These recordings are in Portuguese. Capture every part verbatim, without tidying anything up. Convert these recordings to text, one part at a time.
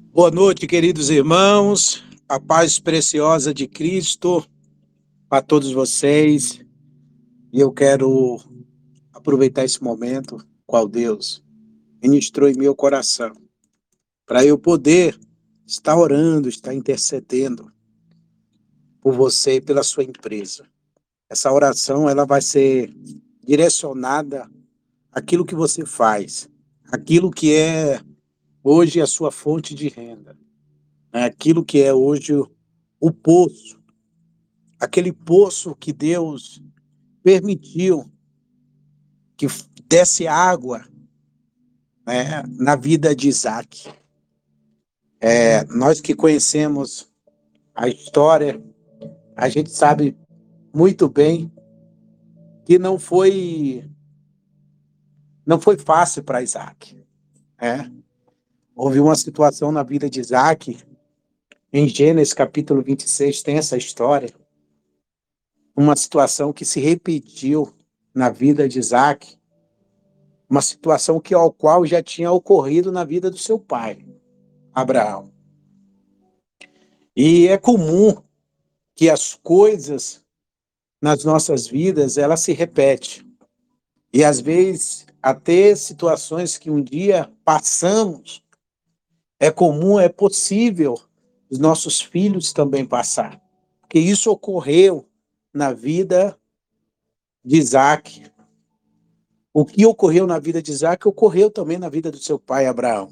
Boa noite, queridos irmãos. A paz preciosa de Cristo a todos vocês. E eu quero aproveitar esse momento, qual Deus ministrou em meu coração, para eu poder estar orando, estar intercedendo por você e pela sua empresa. Essa oração, ela vai ser direcionada àquilo que você faz, aquilo que é hoje a sua fonte de renda, né? Aquilo que é hoje o o poço, aquele poço que Deus permitiu que desse água, né, na vida de Isaac. É, nós que conhecemos a história, a gente sabe muito bem que não foi não foi fácil para Isaac, né? Houve uma situação na vida de Isaac, em Gênesis capítulo vinte e seis tem essa história, uma situação que se repetiu na vida de Isaac, uma situação que ao qual já tinha ocorrido na vida do seu pai, Abraão. E é comum que as coisas nas nossas vidas, elas se repetem. E às vezes, até situações que um dia passamos, é comum, é possível os nossos filhos também passar. Porque isso ocorreu na vida de Isaac. O que ocorreu na vida de Isaac ocorreu também na vida do seu pai Abraão.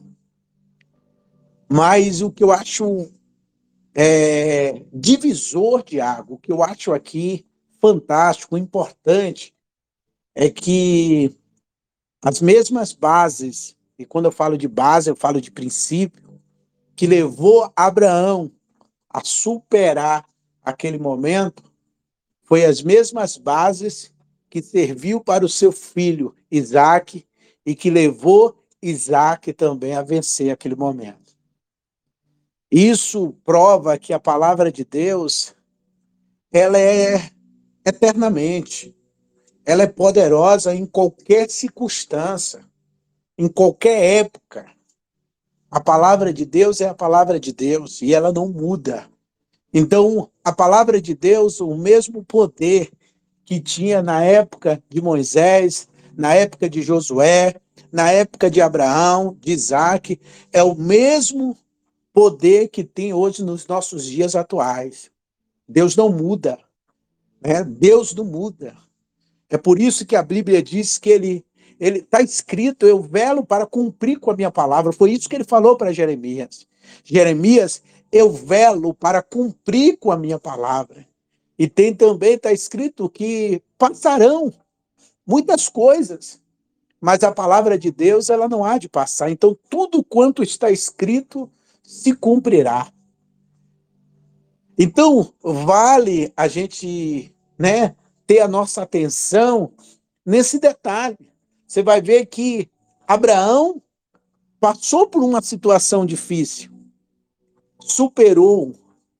Mas o que eu acho é, divisor de água, o que eu acho aqui fantástico, importante, é que as mesmas bases, e quando eu falo de base, eu falo de princípio, que levou Abraão a superar aquele momento, foi as mesmas bases que serviu para o seu filho Isaac e que levou Isaac também a vencer aquele momento. Isso prova que a palavra de Deus, ela é eternamente, ela é poderosa em qualquer circunstância, em qualquer época. A palavra de Deus é a palavra de Deus e ela não muda. Então, a palavra de Deus, o mesmo poder que tinha na época de Moisés, na época de Josué, na época de Abraão, de Isaac, é o mesmo poder que tem hoje nos nossos dias atuais. Deus não muda, né? Deus não muda. É por isso que a Bíblia diz que ele ele está escrito, eu velo para cumprir com a minha palavra. Foi isso que ele falou para Jeremias. Jeremias, eu velo para cumprir com a minha palavra. E tem também, está escrito que passarão muitas coisas, mas a palavra de Deus, ela não há de passar. Então, tudo quanto está escrito se cumprirá. Então, vale a gente, né, ter a nossa atenção nesse detalhe. Você vai ver que Abraão passou por uma situação difícil, superou.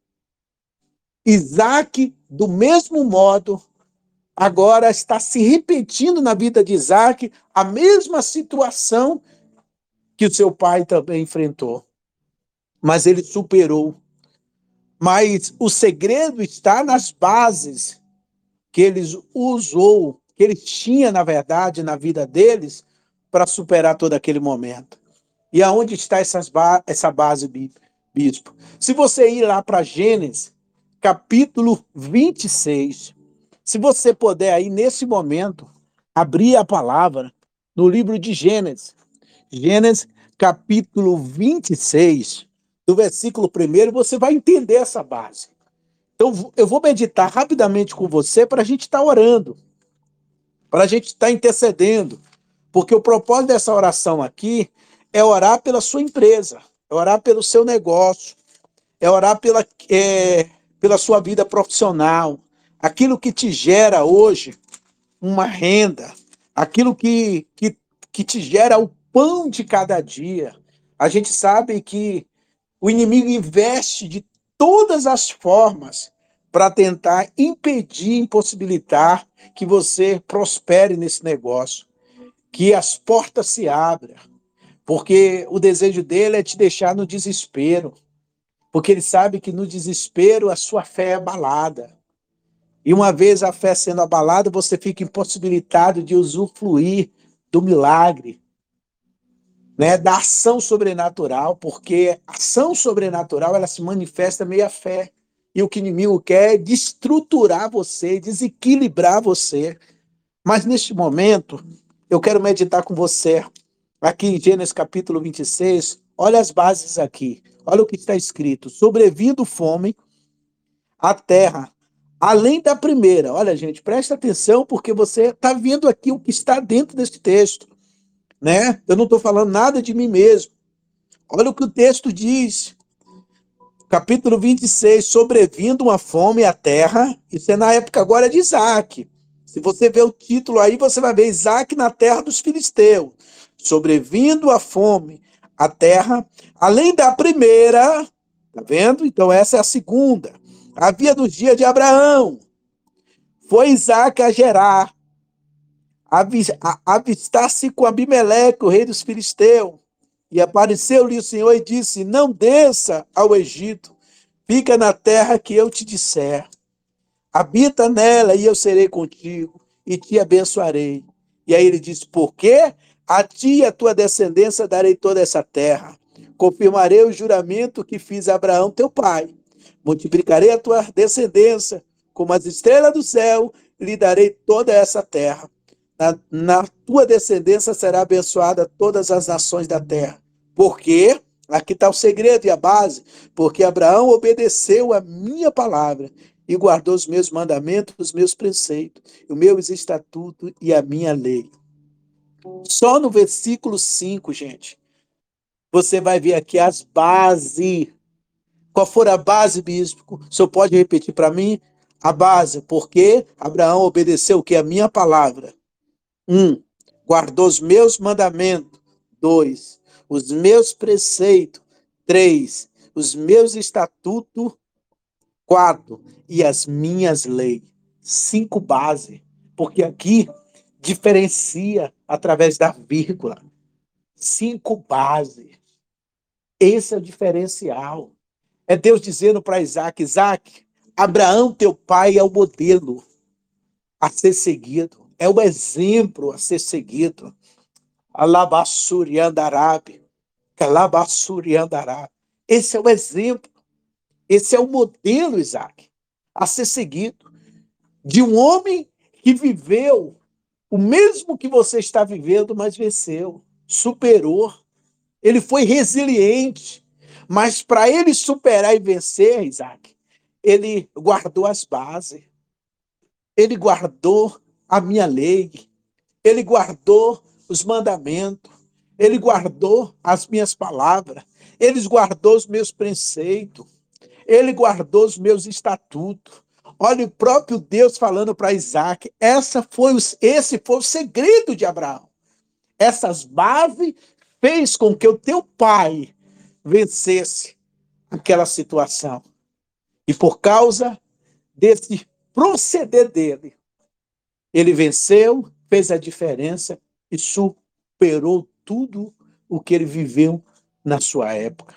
Isaac, do mesmo modo, agora está se repetindo na vida de Isaac a mesma situação que o seu pai também enfrentou. Mas ele superou. Mas o segredo está nas bases que eles usou, que ele tinha, na verdade, na vida deles, para superar todo aquele momento. E aonde está essas ba essa base, bispo? Se você ir lá para Gênesis, capítulo vinte e seis, se você puder aí, nesse momento, abrir a palavra no livro de Gênesis, Gênesis, capítulo vinte e seis, do versículo primeiro, você vai entender essa base. Então, eu vou meditar rapidamente com você para a gente estar orando, para a gente estar intercedendo, porque o propósito dessa oração aqui é orar pela sua empresa, é orar pelo seu negócio, é orar pela, é, pela sua vida profissional, aquilo que te gera hoje uma renda, aquilo que, que, que te gera o pão de cada dia. A gente sabe que o inimigo investe de todas as formas para tentar impedir, impossibilitar que você prospere nesse negócio, que as portas se abram. porque o desejo dele é te deixar no desespero, porque ele sabe que no desespero a sua fé é abalada. E uma vez a fé sendo abalada, você fica impossibilitado de usufruir do milagre, né, da ação sobrenatural, porque a ação sobrenatural ela se manifesta meio à fé. E o que o inimigo quer é destruturar você, desequilibrar você. Mas neste momento, eu quero meditar com você aqui em Gênesis capítulo vinte e seis. Olha as bases aqui. Olha o que está escrito: sobrevindo fome à terra, além da primeira. Olha, gente, presta atenção, porque você está vendo aqui o que está dentro desse texto, né? Eu não estou falando nada de mim mesmo. Olha o que o texto diz. Capítulo vinte e seis, sobrevindo uma fome à terra. Isso é na época agora de Isaac. Se você ver o título aí, você vai ver Isaac na terra dos filisteus. Sobrevindo a fome à terra, além da primeira, tá vendo? Então essa é a segunda. Havia nos dias de Abraão. Foi Isaac a Gerar, a avistar-se com Abimeleque, o rei dos filisteus. E apareceu-lhe o Senhor e disse: não desça ao Egito, fica na terra que eu te disser. Habita nela e eu serei contigo e te abençoarei. E aí ele diz: por quê? A ti e a tua descendência darei toda essa terra. Confirmarei o juramento que fiz a Abraão, teu pai. Multiplicarei a tua descendência como as estrelas do céu, e lhe darei toda essa terra. Na, na tua descendência será abençoada todas as nações da terra. Por quê? Aqui está o segredo e a base. Porque Abraão obedeceu a minha palavra e guardou os meus mandamentos, os meus preceitos, os meus estatutos e a minha lei. Só no versículo cinco, gente, você vai ver aqui as bases. Qual for a base, bispo? O senhor pode repetir para mim? A base, porque Abraão obedeceu o que? A minha palavra. Um, guardou os meus mandamentos. Dois, os meus preceitos. Três, os meus estatutos. Quatro, e as minhas leis. Cinco bases, porque aqui diferencia através da vírgula. Cinco bases. Esse é o diferencial. É Deus dizendo para Isaac: Isaac, Abraão, teu pai, é o modelo a ser seguido, é o exemplo a ser seguido. Alabassuri andarabe, calabassuri andarabe. Esse é o exemplo, esse é o modelo, Isaac, a ser seguido, de um homem que viveu o mesmo que você está vivendo, mas venceu, superou. Ele foi resiliente, mas para ele superar e vencer, Isaac, ele guardou as bases, ele guardou a minha lei, ele guardou os mandamentos, ele guardou as minhas palavras, ele guardou os meus preceitos, ele guardou os meus estatutos. Olha o próprio Deus falando para Isaac, essa foi o, esse foi o segredo de Abraão. Essas bases fez com que o teu pai vencesse aquela situação. E por causa desse proceder dele, ele venceu, fez a diferença e superou tudo o que ele viveu na sua época.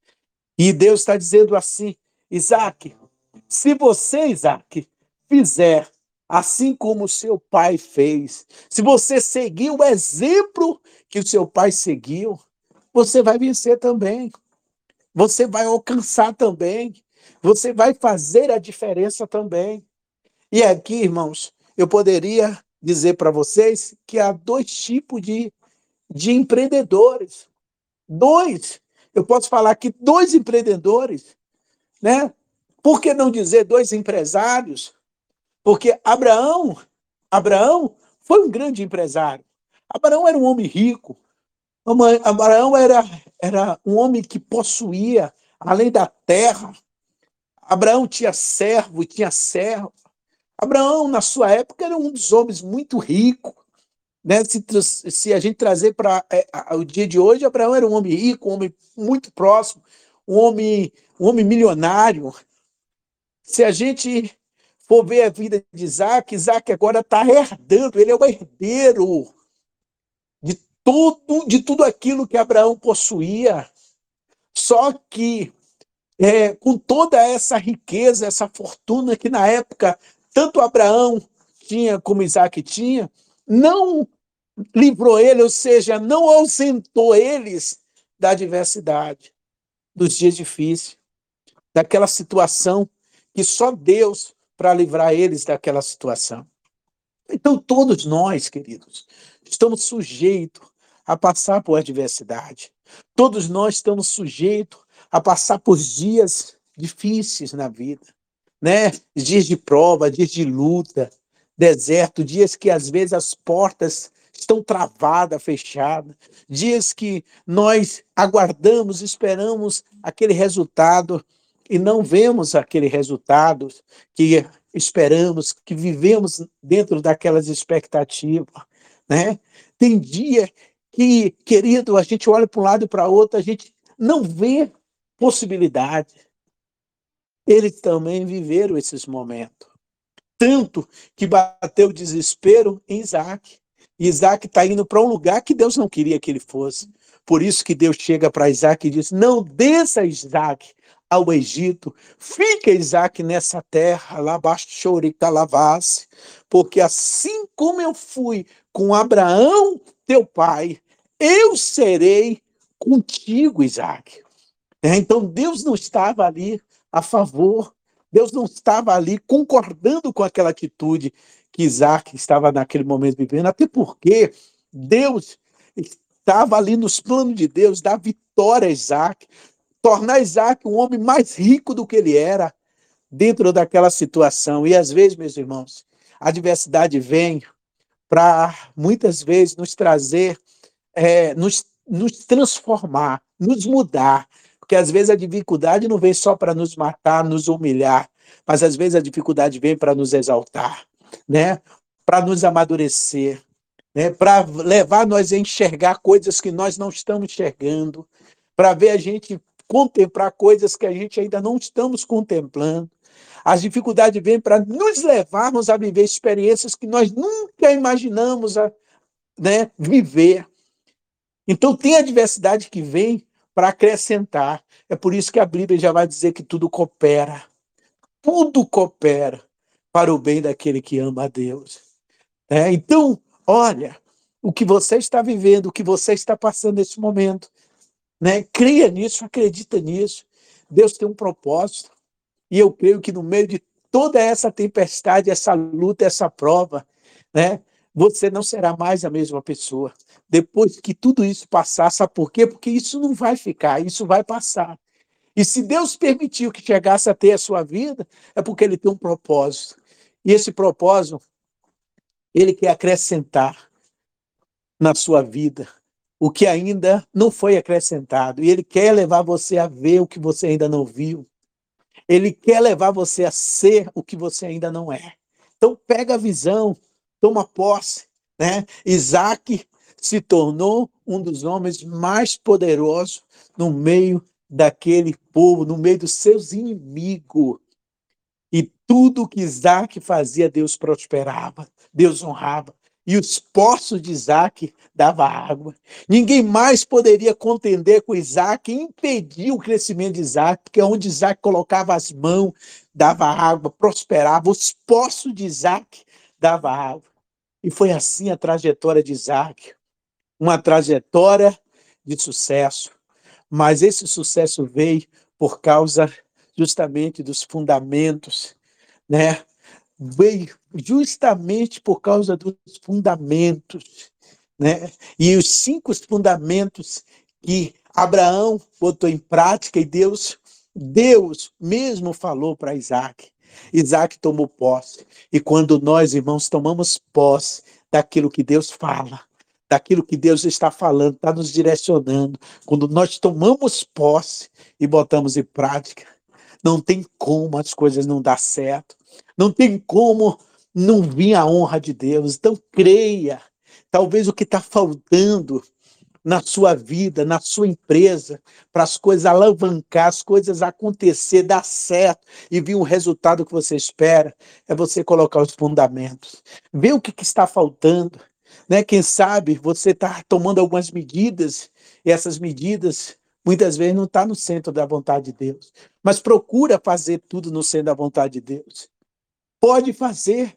E Deus está dizendo assim: Isaac, se você, Isaac, fizer assim como o seu pai fez, se você seguir o exemplo que o seu pai seguiu, você vai vencer também. Você vai alcançar também. Você vai fazer a diferença também. E aqui, irmãos, eu poderia dizer para vocês que há dois tipos de, de empreendedores. Dois. Eu posso falar que dois empreendedores, né? Por que não dizer dois empresários? Porque Abraão, Abraão foi um grande empresário. Abraão era um homem rico. Abraão era, era um homem que possuía, além da terra. Abraão tinha servo e tinha servo. Abraão, na sua época, era um dos homens muito ricos. Né? Se, se a gente trazer para é, o dia de hoje, Abraão era um homem rico, um homem muito próximo, um homem, um homem milionário. Se a gente for ver a vida de Isaac, Isaac agora está herdando, ele é o herdeiro de tudo, de tudo aquilo que Abraão possuía. Só que, é, com toda essa riqueza, essa fortuna que na época tanto Abraão tinha como Isaac tinha, não livrou ele, ou seja, não ausentou eles da adversidade, dos dias difíceis, daquela situação que só Deus para livrar eles daquela situação. Então, todos nós, queridos, estamos sujeitos a passar por adversidade. Todos nós estamos sujeitos a passar por dias difíceis na vida, né? Dias de prova, dias de luta, deserto, dias que às vezes as portas estão travadas, fechadas, dias que nós aguardamos, esperamos aquele resultado e não vemos aquele resultado que esperamos, que vivemos dentro daquelas expectativas, né? Tem dia que, querido, a gente olha para um lado e para o outro, a gente não vê possibilidade. Eles também viveram esses momentos. Tanto que bateu o desespero em Isaac. Isaac está indo para um lugar que Deus não queria que ele fosse. Por isso que Deus chega para Isaac e diz: não desça, Isaac, ao Egito, fica, Isaac, nessa terra, lá baixoricalavasse, porque assim como eu fui com Abraão, teu pai, eu serei contigo, Isaac. É, então Deus não estava ali a favor, Deus não estava ali concordando com aquela atitude que Isaac estava naquele momento vivendo, até porque Deus estava ali nos planos de Deus, dar vitória a Isaac, tornar Isaac um homem mais rico do que ele era dentro daquela situação. E às vezes, meus irmãos, a adversidade vem para muitas vezes nos trazer, é, nos, nos transformar, nos mudar. Porque às vezes a dificuldade não vem só para nos matar, nos humilhar, mas às vezes a dificuldade vem para nos exaltar, né? Para nos amadurecer, né? Para levar nós a enxergar coisas que nós não estamos enxergando, para ver a gente contemplar coisas que a gente ainda não estamos contemplando. As dificuldades vêm para nos levarmos a viver experiências que nós nunca imaginamos a, né, viver. Então tem a adversidade que vem para acrescentar. É por isso que a Bíblia já vai dizer que tudo coopera. Tudo coopera para o bem daquele que ama a Deus. É, então, olha, o que você está vivendo, o que você está passando nesse momento, né? Creia nisso, acredita nisso. Deus tem um propósito. E eu creio que no meio de toda essa tempestade, essa luta, essa prova, né, você não será mais a mesma pessoa. Depois que tudo isso passar, sabe por quê? Porque isso não vai ficar, isso vai passar. E se Deus permitiu que chegasse a ter a sua vida, é porque Ele tem um propósito. E esse propósito, Ele quer acrescentar na sua vida o que ainda não foi acrescentado. E Ele quer levar você a ver o que você ainda não viu. Ele quer levar você a ser o que você ainda não é. Então pega a visão, toma posse, né? Isaac se tornou um dos homens mais poderosos no meio daquele povo, no meio dos seus inimigos. E tudo que Isaac fazia, Deus prosperava, Deus honrava. E os poços de Isaac davam água. Ninguém mais poderia contender com Isaac e impedir o crescimento de Isaac, porque onde Isaac colocava as mãos, dava água, prosperava. Os poços de Isaac davam água. E foi assim a trajetória de Isaac, uma trajetória de sucesso. Mas esse sucesso veio por causa justamente dos fundamentos, né? Veio justamente por causa dos fundamentos, né? E os cinco fundamentos que Abraão botou em prática e Deus, Deus mesmo falou para Isaac. Isaac tomou posse. E quando nós, irmãos, tomamos posse daquilo que Deus fala, daquilo que Deus está falando, está nos direcionando, quando nós tomamos posse e botamos em prática, não tem como as coisas não dar certo. Não tem como não vir a honra de Deus. Então, creia. Talvez o que está faltando na sua vida, na sua empresa, para as coisas alavancar, as coisas acontecer, dar certo e vir um resultado que você espera, é você colocar os fundamentos. Ver o que, que está faltando. né? Quem sabe você está tomando algumas medidas, e essas medidas muitas vezes não estão tá no centro da vontade de Deus. Mas procura fazer tudo no centro da vontade de Deus. Pode fazer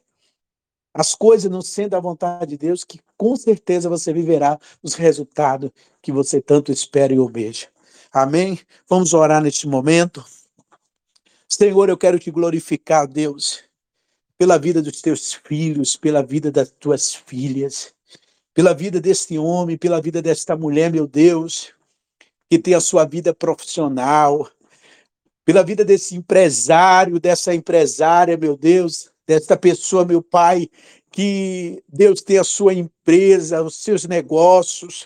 as coisas no centro da vontade de Deus, que com certeza você viverá os resultados que você tanto espera e almeja. Amém? Vamos orar neste momento. Senhor, eu quero te glorificar, Deus, pela vida dos teus filhos, pela vida das tuas filhas, pela vida deste homem, pela vida desta mulher, meu Deus, que tem a sua vida profissional, pela vida desse empresário, dessa empresária, meu Deus, desta pessoa, meu Pai, que Deus tem a sua empresa, os seus negócios,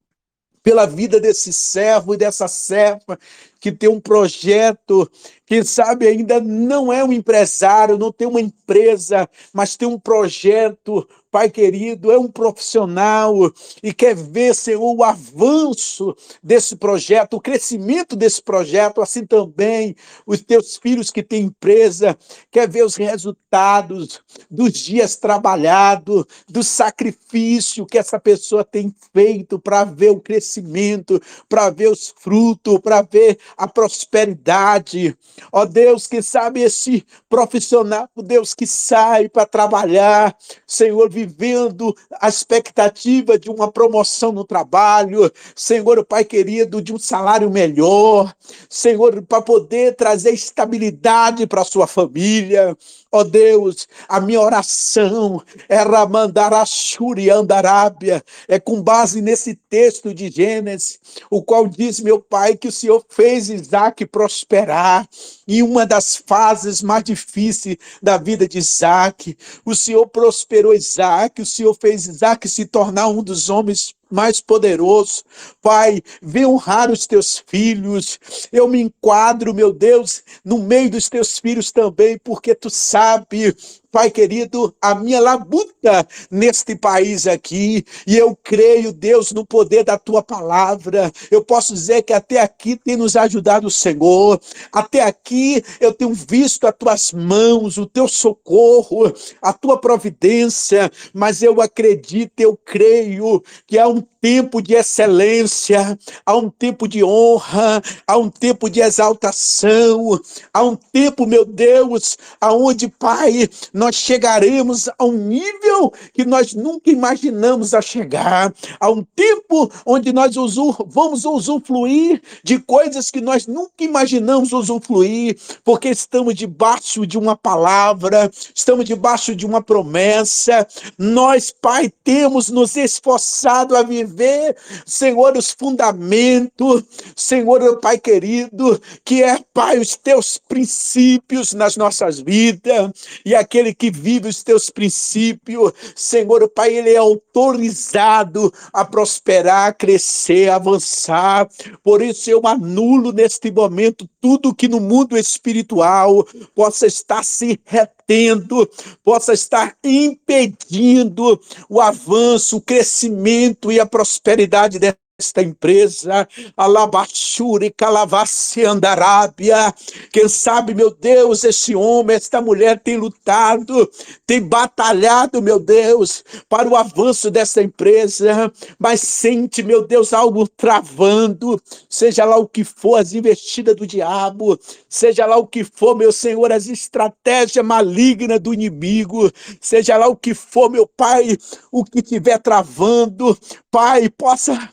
pela vida desse servo e dessa serva que tem um projeto, quem sabe ainda não é um empresário, não tem uma empresa, mas tem um projeto, Pai querido, é um profissional e quer ver, Senhor, o avanço desse projeto, o crescimento desse projeto, assim também os teus filhos que têm empresa, quer ver os resultados dos dias trabalhados, do sacrifício que essa pessoa tem feito para ver o crescimento, para ver os frutos, para ver a prosperidade. Ó Deus, que sabe esse profissional, Deus, que sai para trabalhar, Senhor, vivendo a expectativa de uma promoção no trabalho, Senhor, Pai querido, de um salário melhor, Senhor, para poder trazer estabilidade para a sua família. Ó Deus, a minha oração é Ramandarashuri Andarábia, é com base nesse texto de Gênesis, o qual diz, meu Pai, que o Senhor fez Isaac prosperar em uma das fases mais difíceis da vida de Isaac. O Senhor prosperou Isaac, o Senhor fez Isaac se tornar um dos homens mais poderosos. Pai, vem honrar os teus filhos. Eu me enquadro, meu Deus, no meio dos teus filhos também, porque tu sabe, Pai querido, a minha labuta neste país aqui, e eu creio, Deus, no poder da tua palavra. Eu posso dizer que até aqui tem nos ajudado o Senhor, até aqui eu tenho visto as tuas mãos, o teu socorro, a tua providência, mas eu acredito, eu creio que há um tempo de excelência, há um tempo de honra, há um tempo de exaltação, há um tempo, meu Deus, aonde, Pai, nós chegaremos a um nível que nós nunca imaginamos a chegar, a um tempo onde nós usur, vamos usufruir de coisas que nós nunca imaginamos usufruir, porque estamos debaixo de uma palavra, estamos debaixo de uma promessa. Nós, Pai, temos nos esforçado a viver, Senhor, os fundamentos, Senhor, Pai querido, que é, Pai, os teus princípios nas nossas vidas, e aquele que vive os teus princípios, Senhor, Pai, ele é autorizado a prosperar, a crescer, a avançar. Por isso eu anulo neste momento tudo que no mundo espiritual possa estar se retendo, possa estar impedindo o avanço, o crescimento e a prosperidade dessa esta empresa, Alabachuri, Calavassi, Andarábia. Quem sabe, meu Deus, esse homem, esta mulher tem lutado, tem batalhado, meu Deus, para o avanço dessa empresa, mas sente, meu Deus, algo travando, seja lá o que for, as investidas do diabo, seja lá o que for, meu Senhor, as estratégias malignas do inimigo, seja lá o que for, meu Pai, o que estiver travando, Pai, possa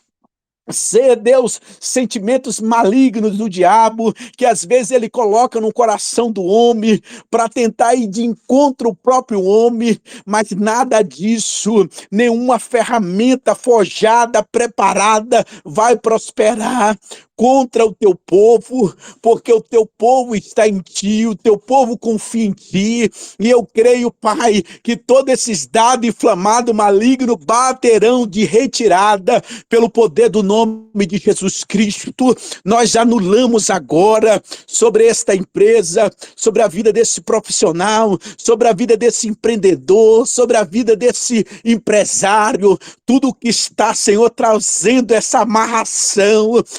ser, Deus, sentimentos malignos do diabo, que às vezes ele coloca no coração do homem, para tentar ir de encontro ao próprio homem, mas nada disso, nenhuma ferramenta forjada, preparada, vai prosperar contra o teu povo, porque o teu povo está em ti, o teu povo confia em ti, e eu creio, Pai, que todos esses dados inflamados, malignos, baterão de retirada pelo poder do nome de Jesus Cristo. Nós anulamos agora sobre esta empresa, sobre a vida desse profissional, sobre a vida desse empreendedor, sobre a vida desse empresário, tudo que está, Senhor, trazendo essa amarração, tudo que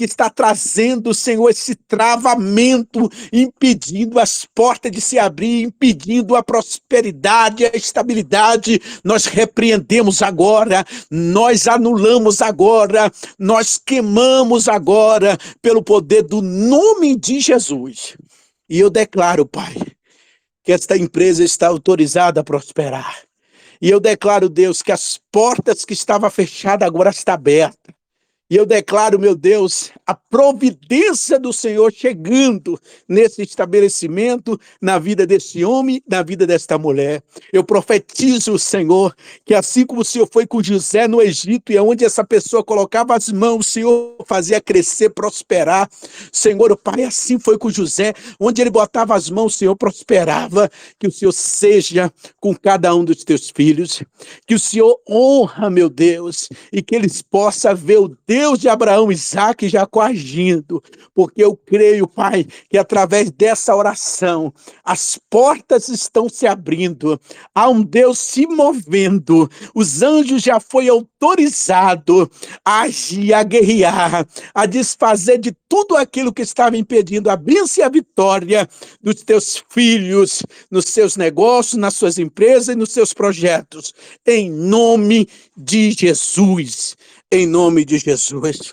está trazendo, Senhor, esse travamento, impedindo as portas de se abrir, impedindo a prosperidade, a estabilidade, nós repreendemos agora, nós anulamos agora, nós queimamos agora, pelo poder do nome de Jesus. E eu declaro, Pai, que esta empresa está autorizada a prosperar. E eu declaro, Deus, que as portas que estavam fechadas agora estão abertas. E eu declaro, meu Deus, a providência do Senhor chegando nesse estabelecimento, na vida desse homem, na vida desta mulher. Eu profetizo, Senhor, que assim como o Senhor foi com José no Egito, e onde essa pessoa colocava as mãos, o Senhor fazia crescer, prosperar. Senhor, o Pai, assim foi com José, onde ele botava as mãos, o Senhor prosperava. Que o Senhor seja com cada um dos teus filhos. Que o Senhor honra, meu Deus, e que eles possam ver o Deus Deus de Abraão, Isaac e Jacó agindo, porque eu creio, Pai, que através dessa oração, as portas estão se abrindo, há um Deus se movendo, os anjos já foi autorizado a agir, a guerrear, a desfazer de tudo aquilo que estava impedindo a bênção e a vitória dos teus filhos, nos seus negócios, nas suas empresas e nos seus projetos, em nome de Jesus. Em nome de Jesus.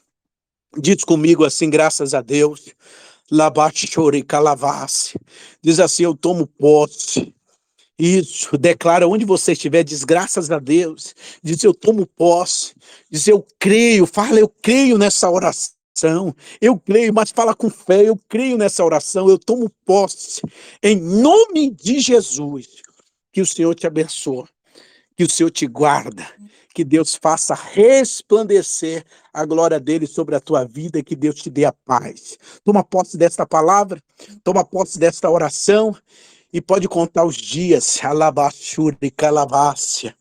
Diz comigo assim, graças a Deus. Labachore calavasse. Diz assim, eu tomo posse. Isso, declara onde você estiver, diz graças a Deus. Diz eu tomo posse. Diz eu creio, fala eu creio nessa oração. Eu creio, mas fala com fé, eu creio nessa oração, eu tomo posse. Em nome de Jesus. Que o Senhor te abençoe. Que o Senhor te guarda, que Deus faça resplandecer a glória dele sobre a tua vida e que Deus te dê a paz. Toma posse desta palavra, toma posse desta oração e pode contar os dias. Alabashuri calabácia,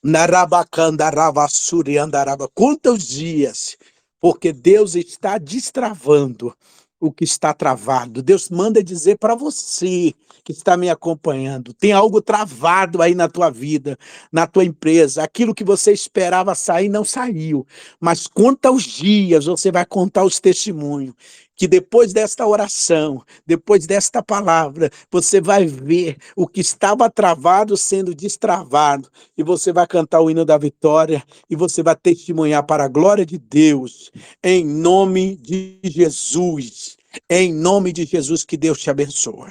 narabacandaravassuri andaraba. Conta os dias, porque Deus está destravando o que está travado. Deus manda dizer para você que está me acompanhando, tem algo travado aí na tua vida, na tua empresa, aquilo que você esperava sair não saiu, mas conta os dias, você vai contar os testemunhos, que depois desta oração, depois desta palavra, você vai ver o que estava travado sendo destravado, e você vai cantar o hino da vitória, e você vai testemunhar para a glória de Deus, em nome de Jesus, em nome de Jesus, que Deus te abençoe.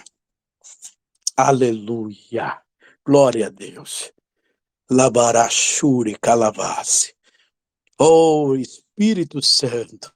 Aleluia, glória a Deus. Labarachuri calavasse. Oh, Espírito Santo.